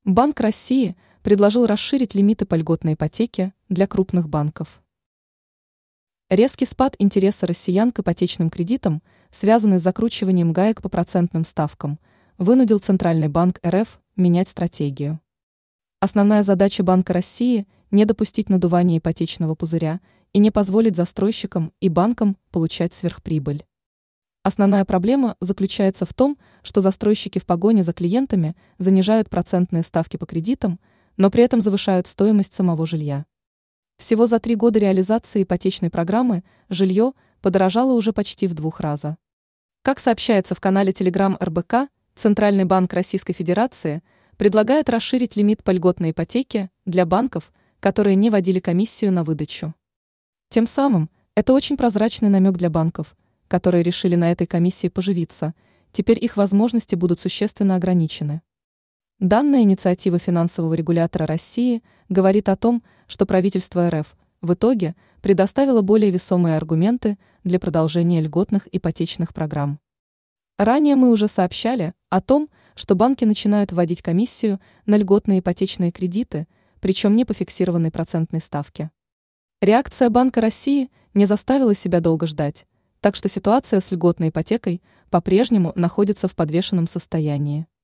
Банк России предложил расширить лимиты по льготной ипотеке для крупных банков. Резкий спад интереса россиян к ипотечным кредитам, связанный с закручиванием гаек по процентным ставкам, вынудил Центральный банк РФ менять стратегию. Основная задача Банка России – не допустить надувания ипотечного пузыря и не позволить застройщикам и банкам получать сверхприбыль. Основная проблема заключается в том, что застройщики в погоне за клиентами занижают процентные ставки по кредитам, но при этом завышают стоимость самого жилья. Всего за 3 года реализации ипотечной программы жилье подорожало уже почти в 2 раза. Как сообщается в канале Telegram РБК, Центральный банк Российской Федерации предлагает расширить лимит по льготной ипотеке для банков, которые не вводили комиссию на выдачу. Тем самым это очень прозрачный намек для банков, которые решили на этой комиссии поживиться, теперь их возможности будут существенно ограничены. Данная инициатива финансового регулятора России говорит о том, что правительство РФ в итоге предоставило более весомые аргументы для продолжения льготных ипотечных программ. Ранее мы уже сообщали о том, что банки начинают вводить комиссию на льготные ипотечные кредиты, причем не по фиксированной процентной ставке. Реакция Банка России не заставила себя долго ждать, так что ситуация с льготной ипотекой по-прежнему находится в подвешенном состоянии.